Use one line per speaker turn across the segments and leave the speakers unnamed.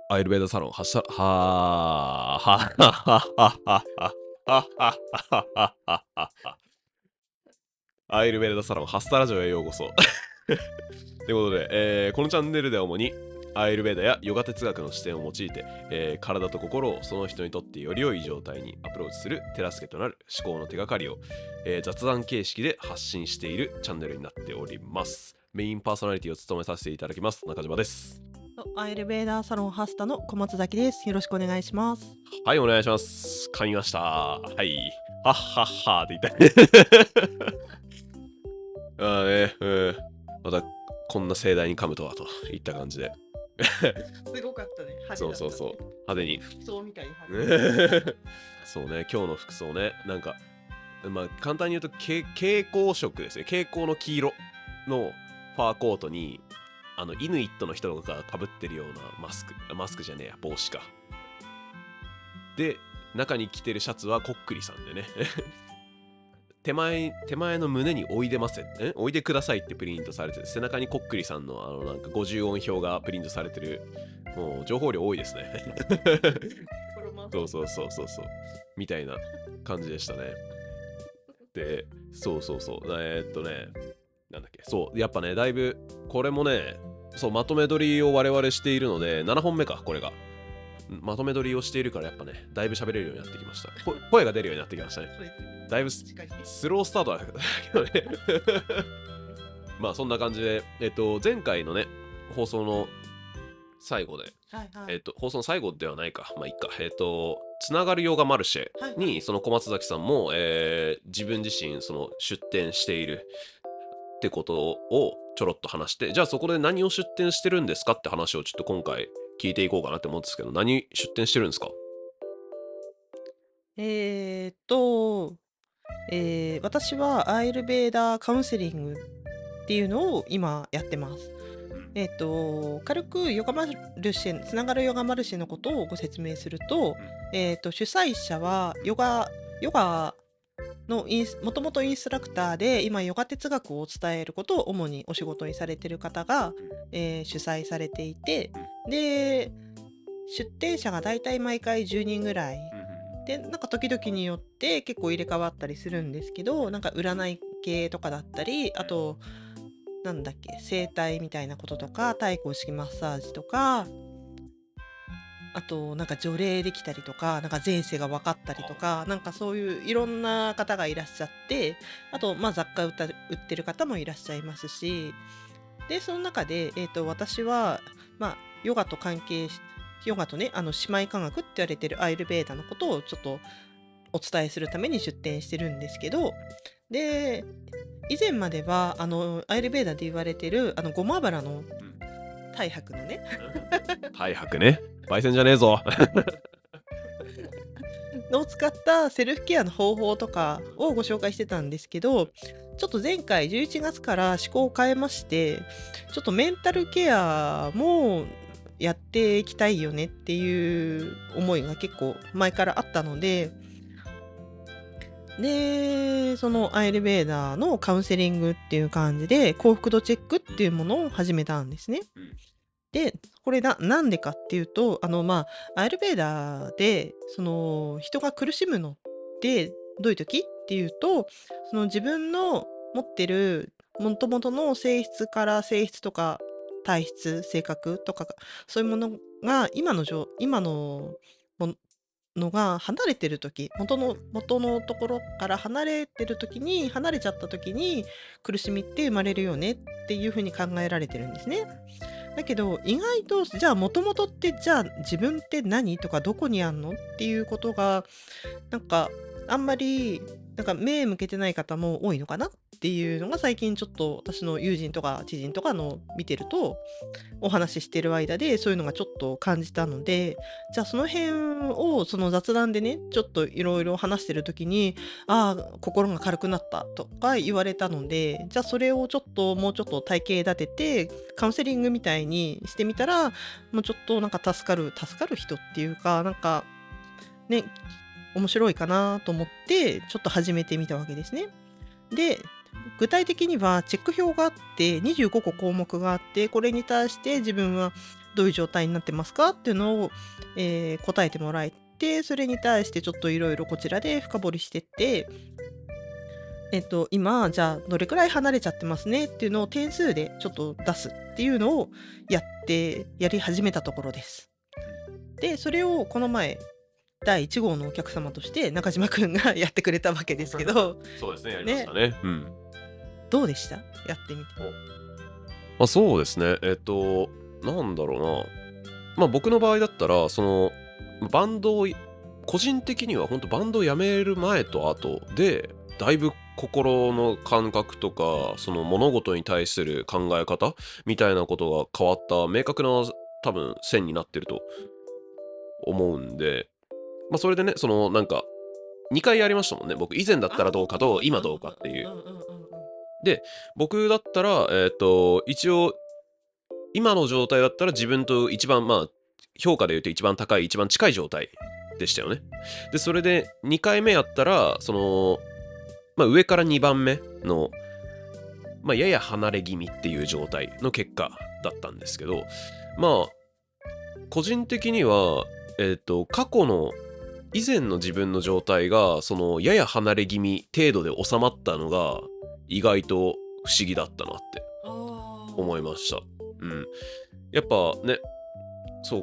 アイルベーダサロン、はしゃ、はー、ははははははははアイルベーダサロン、ハスタラジオへようこそ。ということで、このチャンネルでは主にアイルベーダやヨガ哲学の視点を用いて、体と心をその人にとってより良い状態にアプローチする手助けとなる思考の手がかりを、雑談形式で発信しているチャンネルになっております。メインパーソナリティを務めさせていただきます中島です。
アイルベーダーサロンハスタの小松崎です。よろしくお願いします。
はい、お願いします。噛みました。はい。はっはっはって言ったあね、またこんな盛大に噛むとはといった感じで。
すごかったね。
そうそうそう。派手に。
服装みたいに
そうね、今日の服装ね、なんか、まあ簡単に言うと蛍光色ですね。蛍光の黄色のファーコートに、イヌイットの人が被ってるようなマスクじゃねえや、帽子か。で、中に着てるシャツはこっくりさんでね。手前の胸においでおいでくださいってプリントされてて、背中にこっくりさんのなんか50音表がプリントされてる。もう情報量多いですね。そうみたいな感じでしたね。で、なんだっけ、そうやっぱね、だいぶこれもね、そうまとめ撮りを我々しているので、7本目かこれが。まとめ撮りをしているからやっぱね、だいぶ喋れるようになってきました。声が出るようになってきましたね。だいぶスロースタートだけどね。まあそんな感じで、前回のね、放送の最後で、放送の最後ではないか、まあいいか、つながるヨガマルシェに、その小松崎さんも、自分自身その出店しているってことをちょろっと話して、じゃあそこで何を出店してるんですかって話をちょっと今回聞いていこうかなって思うんですけど、何出店してるんですか？
私はアイルベーダーカウンセリングっていうのを今やってます。軽くヨガマルシェ、つながるヨガマルシェのことをご説明すると、主催者はヨガのもともとインストラクターで今ヨガ哲学を伝えることを主にお仕事にされている方が、主催されていて、で出店者がだいたい毎回10人ぐらいで、なんか時々によって結構入れ替わったりするんですけど、なんか占い系とかだったり、あとなんだっけ、整体みたいなこととか、太鼓式マッサージとか、あとなんか除霊できたりとか、なんか前世が分かったりとか、なんかそういういろんな方がいらっしゃって、あとまあ雑貨売ってる方もいらっしゃいますし、でその中で、私はまあヨガとヨガとね、姉妹科学って言われてるアイルベーダのことをちょっとお伝えするために出展してるんですけど、で以前まではアイルベーダで言われてるごま油の太白のね
太白ね、焙煎じゃねえぞ
を使ったセルフケアの方法とかをご紹介してたんですけど、ちょっと前回11月から思考を変えまして、ちょっとメンタルケアもやっていきたいよねっていう思いが結構前からあったので、そのアイルベーダーのカウンセリングっていう感じで幸福度チェックっていうものを始めたんですね。で、これなんでかっていうと、アイルベーダーでその人が苦しむのってどういう時っていうと、その自分の持ってるもともとの性質とか体質、性格とかそういうものが今のものが離れてる時、元のところから離れてる時に、離れちゃった時に苦しみって生まれるよねっていうふうに考えられてるんですね。だけど意外と、じゃあもともとってじゃあ自分って何とかどこにあんのっていうことがなんかあんまりなんか目向けてない方も多いのかなっていうのが最近ちょっと私の友人とか知人とかの見てるとお話ししてる間でそういうのがちょっと感じたので、じゃあその辺をその雑談でねちょっといろいろ話してる時に心が軽くなったとか言われたので、じゃあそれをもうちょっと体系立ててカウンセリングみたいにしてみたら、もうちょっとなんか助かる人っていうか、なんかね面白いかなと思ってちょっと始めてみたわけですね。で具体的にはチェック表があって25個項目があって、これに対して自分はどういう状態になってますかっていうのを、答えてもらえて、それに対してちょっといろいろこちらで深掘りしてって、今じゃあどれくらい離れちゃってますねっていうのを点数でちょっと出すっていうのをやり始めたところです。で、それをこの前第1号のお客様として中島くんがやってくれたわけですけど、
そうですね、やりましたね。
どうでした？やってみて。
そうですね。なんだろうな。僕の場合だったら、バンドを、個人的には本当バンドを辞める前と後で、だいぶ心の感覚とか、その物事に対する考え方みたいなことが変わった明確な多分線になってると思うんで、それでね、なんか、2回やりましたもんね。僕、以前だったらどうかと、今どうかっていう。で、僕だったら、一応、今の状態だったら自分と一番、評価で言うと一番高い、一番近い状態でしたよね。で、それで2回目やったら、上から2番目の、やや離れ気味っていう状態の結果だったんですけど、個人的には、過去の以前の自分の状態がやや離れ気味程度で収まったのが意外と不思議だったなって思いました。やっぱね、そう、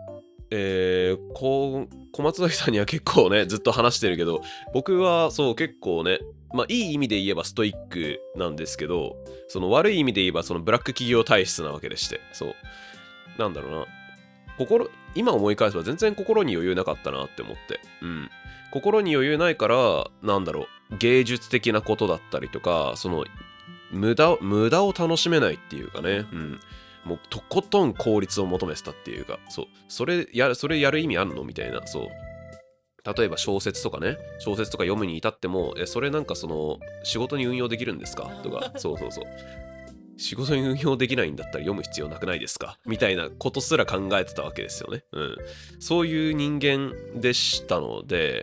小松崎さんには結構ねずっと話してるけど、僕はそう結構ね、いい意味で言えばストイックなんですけど、悪い意味で言えばブラック企業体質なわけでして、そうなんだろうな、今思い返せば全然心に余裕なかったなって思って、心に余裕ないから、芸術的なことだったりとか、無駄を楽しめないっていうかね、もうとことん効率を求めてたっていうか、それやる意味あるのみたいな、例えば小説とか読むに至っても、それ仕事に運用できるんですかとか、仕事に運用できないんだったら読む必要なくないですかみたいなことすら考えてたわけですよね。そういう人間でしたので、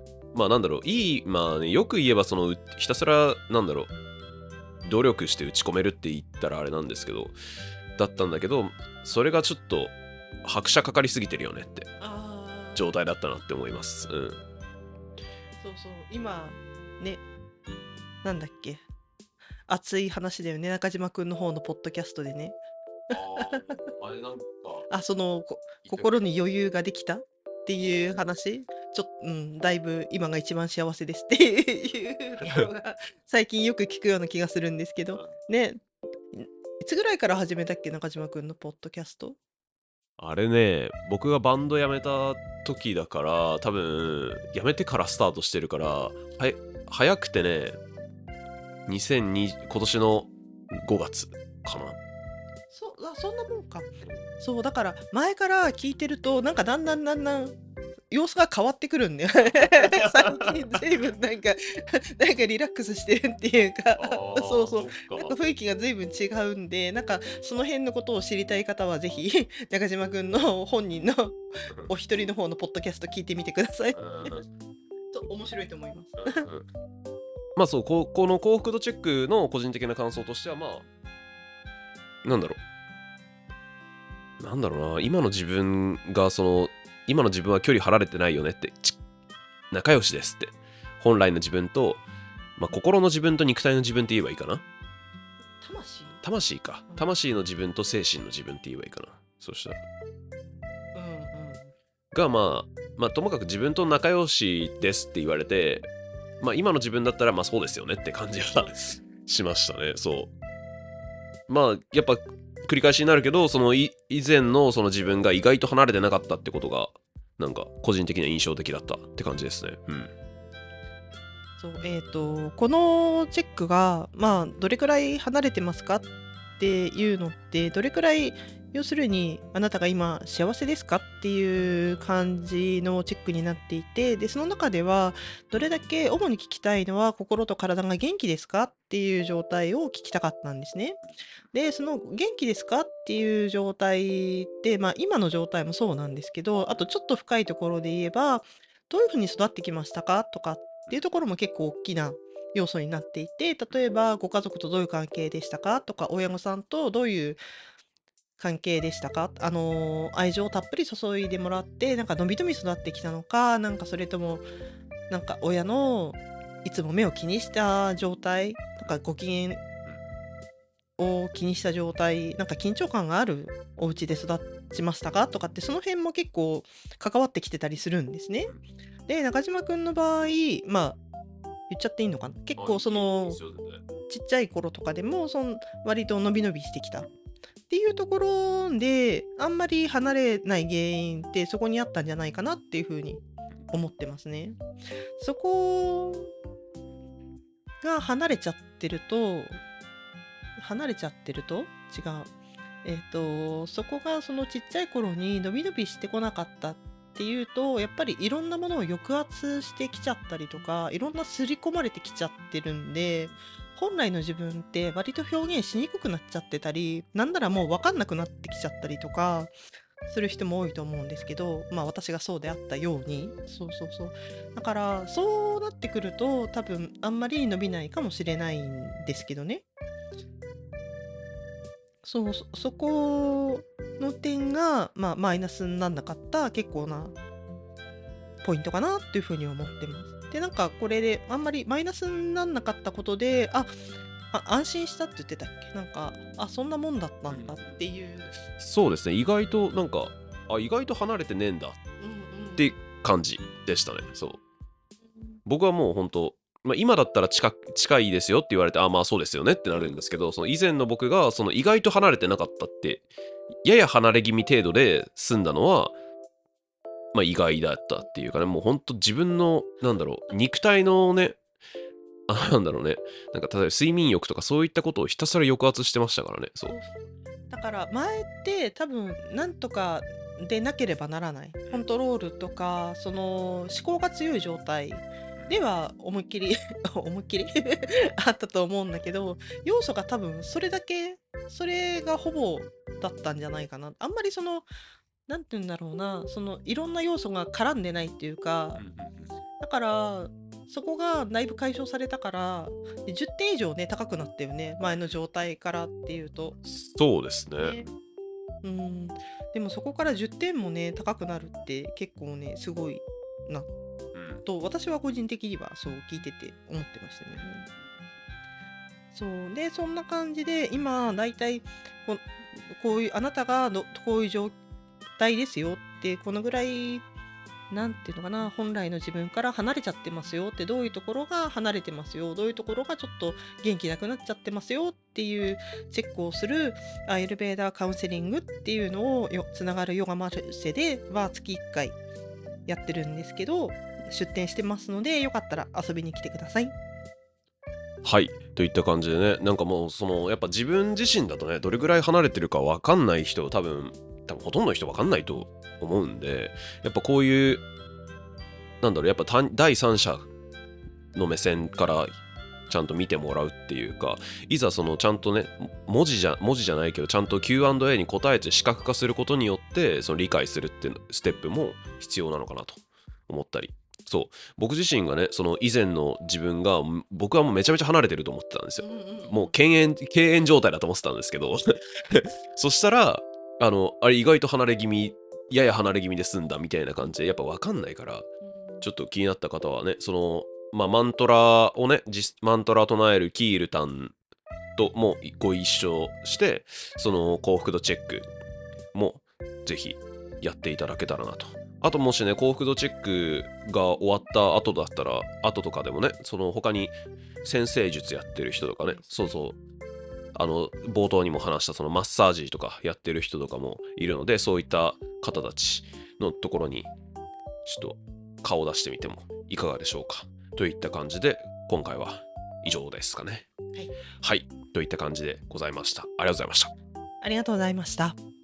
よく言えばひたすら努力して打ち込めるって言ったらあれなんですけど、だったんだけど、それがちょっと拍車かかりすぎてるよねって状態だったなって思います。
今ね、なんだっけ、熱い話だよね、中島くんの方のポッドキャストでね。
あれなんか
心に余裕ができたっていう話、だいぶ今が一番幸せですっていうところが最近よく聞くような気がするんですけどね。いつぐらいから始めたっけ、中島くんのポッドキャスト。
あれね、僕がバンド辞めた時だから、多分辞めてからスタートしてるから、早くてね、今年の5月かな。
そんなもんか。そうだから前から聞いてるとなんかだんだん様子が変わってくるんだよ最近随分なんかリラックスしてるっていうかなんか雰囲気が随分違うんで、なんかその辺のことを知りたい方はぜひ中島くんの本人のお一人の方のポッドキャスト聞いてみてください面白いと思います
この幸福度チェックの個人的な感想としては、なんだろうな、今の自分は距離離れてないよねって、仲良しですって、本来の自分と、心の自分と肉体の自分って言えばいいかな。魂か、魂の自分と精神の自分って言えばいいかな。そしたらがともかく自分と仲良しですって言われて、今の自分だったらそうですよねって感じがしましたね。やっぱ繰り返しになるけど、以前の自分が意外と離れてなかったってことがなんか個人的には印象的だったって感じですね。
このチェックがどれくらい離れてますかっていうのって、どれくらい要するにあなたが今幸せですかっていう感じのチェックになっていて、でその中ではどれだけ主に聞きたいのは心と体が元気ですかっていう状態を聞きたかったんですね。でその元気ですかっていう状態って、今の状態もそうなんですけど、あとちょっと深いところで言えばどういうふうに育ってきましたかとかっていうところも結構大きな要素になっていて、例えばご家族とどういう関係でしたかとか、親御さんとどういう関係でしたか？愛情をたっぷり注いでもらって、なんかのびのび育ってきたのか、なんかそれとも、なんか親のいつも目を気にした状態、なんかご機嫌を気にした状態、なんか緊張感があるお家で育ちましたかとかって、その辺も結構関わってきてたりするんですね。で、中島くんの場合、まあ、言っちゃっていいのかな。結構その、ちっちゃい頃とかでも、割とのびのびしてきた。っていうところで、あんまり離れない原因ってそこにあったんじゃないかなっていうふうに思ってますね。そこが離れちゃってると違う。そこがそのちっちゃい頃に伸び伸びしてこなかったっていうと、やっぱりいろんなものを抑圧してきちゃったりとか、いろんな刷り込まれてきちゃってるんで、本来の自分って割と表現しにくくなっちゃってたり、なんならもう分かんなくなってきちゃったりとかする人も多いと思うんですけど、私がそうであったように、そうそうそう。だからそうなってくると多分あんまり伸びないかもしれないんですけどね。そこの点が、マイナスになんなかった結構なポイントかなっていうふうに思ってます。で、なんかこれであんまりマイナスになんなかったことで、安心したって言ってたっけ？なんか、そんなもんだったんだっていう。
そうですね、意外となんか意外と離れてねえんだって感じでしたね。そう、僕はもう本当、今だったら近いですよって言われて、まあそうですよねってなるんですけど、その以前の僕がその意外と離れてなかったって、やや離れ気味程度で済んだのは、意外だったっていうかね、もう本当自分の肉体のね、なんだろうね、なんか例えば睡眠欲とかそういったことをひたすら抑圧してましたからね。そう
だから前って多分なんとかでなければならないコントロールとか、その思考が強い状態では思いっきり思いっきりあったと思うんだけど、要素が多分それがほぼだったんじゃないかな。あんまりなんて言うんだろうな、いろんな要素が絡んでないっていうか、だからそこがだいぶ解消されたから、10点以上ね高くなったよね、前の状態からっていうと。
そうですね。
ね、でもそこから10点もね高くなるって結構ねすごいなと、私は個人的にはそう聞いてて思ってましたね。そうで、そんな感じで今だいたいこういうあなたがこういう状態ですよって、このぐらいなんていうのかな、本来の自分から離れちゃってますよって、どういうところが離れてますよ、どういうところがちょっと元気なくなっちゃってますよっていうチェックをするアイルベーダーカウンセリングっていうのをつながるヨガマルシェでは月1回やってるんですけど、出店してますので、よかったら遊びに来てください。
はいといった感じでね、なんかもうやっぱ自分自身だとね、どれぐらい離れてるか分かんない人、多分ほとんどの人分かんないと思うんで、やっぱこういうやっぱ第三者の目線からちゃんと見てもらうっていうか、いざちゃんとね、文字じゃないけどちゃんと Q&A に答えて視覚化することによって、理解するっていうステップも必要なのかなと思ったり。そう、僕自身がね、以前の自分が、僕はもうめちゃめちゃ離れてると思ってたんですよ。もう敬遠状態だと思ってたんですけどそしたらあれ意外とやや離れ気味で済んだみたいな感じで、やっぱ分かんないから、ちょっと気になった方はね、マントラをね、マントラ唱えるキールタンともご一緒して、幸福度チェックもぜひやっていただけたらなと。あともしね、幸福度チェックが終わった後だったら、後とかでもね、他に先生術やってる人とかね、冒頭にも話したマッサージとかやってる人とかもいるので、そういった方たちのところにちょっと顔を出してみてもいかがでしょうかといった感じで、今回は以上ですかね。はい、といった感じでございました。ありがとうございました。
ありがとうございました。